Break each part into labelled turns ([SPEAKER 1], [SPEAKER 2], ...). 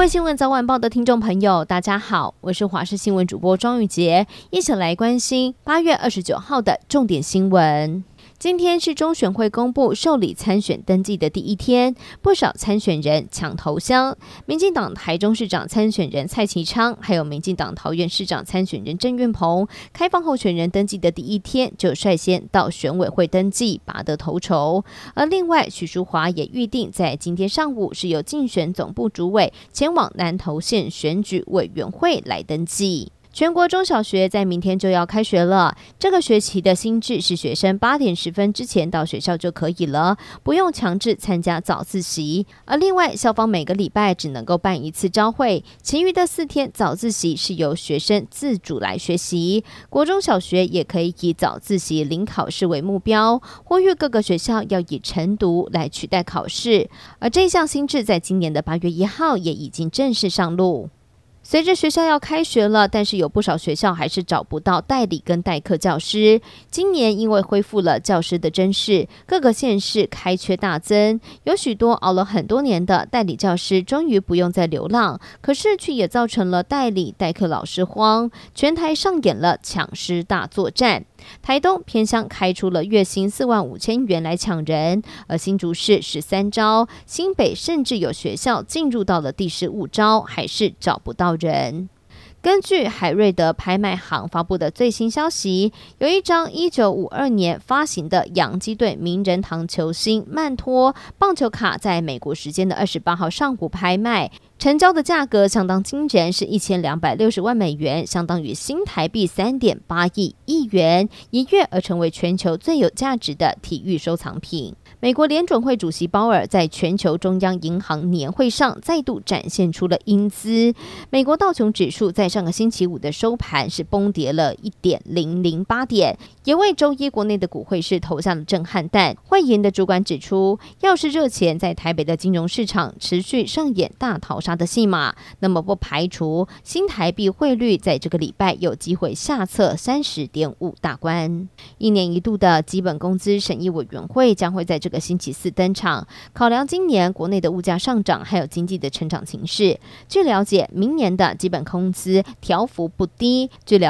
[SPEAKER 1] 位新闻早晚报的听众朋友，大家好，我是华视新闻主播庄宇杰，一起来关心8月29号的重点新闻。今天是中选会公布受理参选登记的第一天，不少参选人抢头香。民进党台中市长参选人蔡其昌，还有民进党桃园市长参选人郑运鹏，开放候选人登记的第一天就率先到选委会登记，拔得头筹。而另外，许淑华也预定在今天上午是由竞选总部主委前往南投县选举委员会来登记。全国中小学在明天就要开学了，这个学期的新制是学生8点10分之前到学校就可以了，不用强制参加早自习。而另外，校方每个礼拜只能够办一次朝会，其余的4天早自习是由学生自主来学习。国中小学也可以以早自习零考试为目标，呼吁各个学校要以晨读来取代考试。而这项新制在今年的8月1号也已经正式上路。随着学校要开学了，但是有不少学校还是找不到代理跟代课教师。今年因为恢复了教师的甄试，各个县市开缺大增，有许多熬了很多年的代理教师终于不用再流浪，可是却也造成了代理代课老师荒，全台上演了抢师大作战。台东偏乡开出了月薪45000元来抢人，而新竹市13招，新北甚至有学校进入到了第15招，还是找不到人。根据海瑞德拍卖行发布的最新消息，有一张1952年发行的洋基队名人堂球星曼托棒球卡，在美国时间的28号上午拍卖，成交的价格相当惊人，是1260万美元，相当于新台币3.8亿元，一跃而成为全球最有价值的体育收藏品。美国联准会主席鲍尔在全球中央银行年会上再度展现出了英姿。美国道琼指数在上个星期五的收盘是崩跌了 1.008 点，也为周一国内的股汇市投下了震撼弹。汇银的主管指出，要是热钱在台北的金融市场持续上演大逃杀的戏码，那么不排除新台币汇率在这个礼拜有机会下测 30.5 大关。1年一度的基本工资审议委员会将会在这个星期四登场，考量今年国内的物价上涨还有经济的成长情势。据了解，明年的基本工资调幅不低，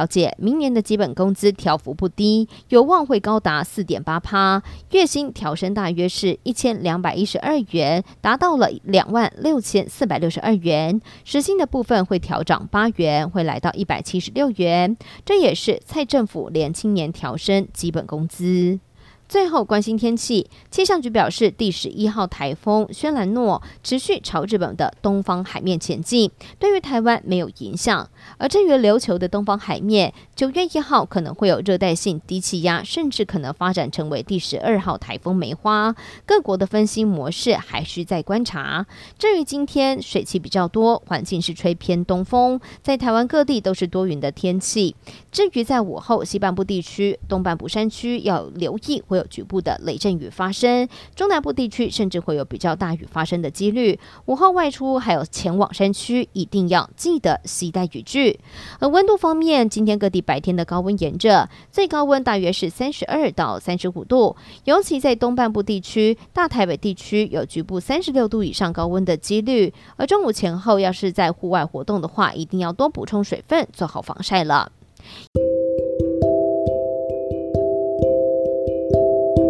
[SPEAKER 1] 有望会高达 4.8%， 月薪调升大约是1212元，达到了26462元，时薪的部分会调涨8元，会来到176元，这也是蔡政府连青年调升基本工资。最后关心天气，气象局表示，第11号台风轩岚诺持续朝日本的东方海面前进，对于台湾没有影响。而至于琉球的东方海面，9月1号可能会有热带性低气压，甚至可能发展成为第12号台风梅花。各国的分析模式还需再观察。至于今天水汽比较多，环境是吹偏东风，在台湾各地都是多云的天气。至于在午后西半部地区、东半部山区要留意会有局部的雷阵雨发生，中南部地区甚至会有比较大雨发生的几率。午后外出还有前往山区，一定要记得携带雨具。而温度方面，今天各地白天的高温炎热，最高温大约是32到35度，尤其在东半部地区、大台北地区有局部36度以上高温的几率。而中午前后要是在户外活动的话，一定要多补充水分，做好防晒了。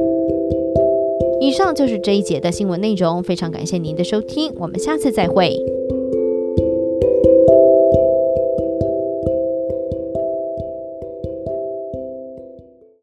[SPEAKER 1] 以上就是这一节的新闻内容，非常感谢您的收听，我们下次再会。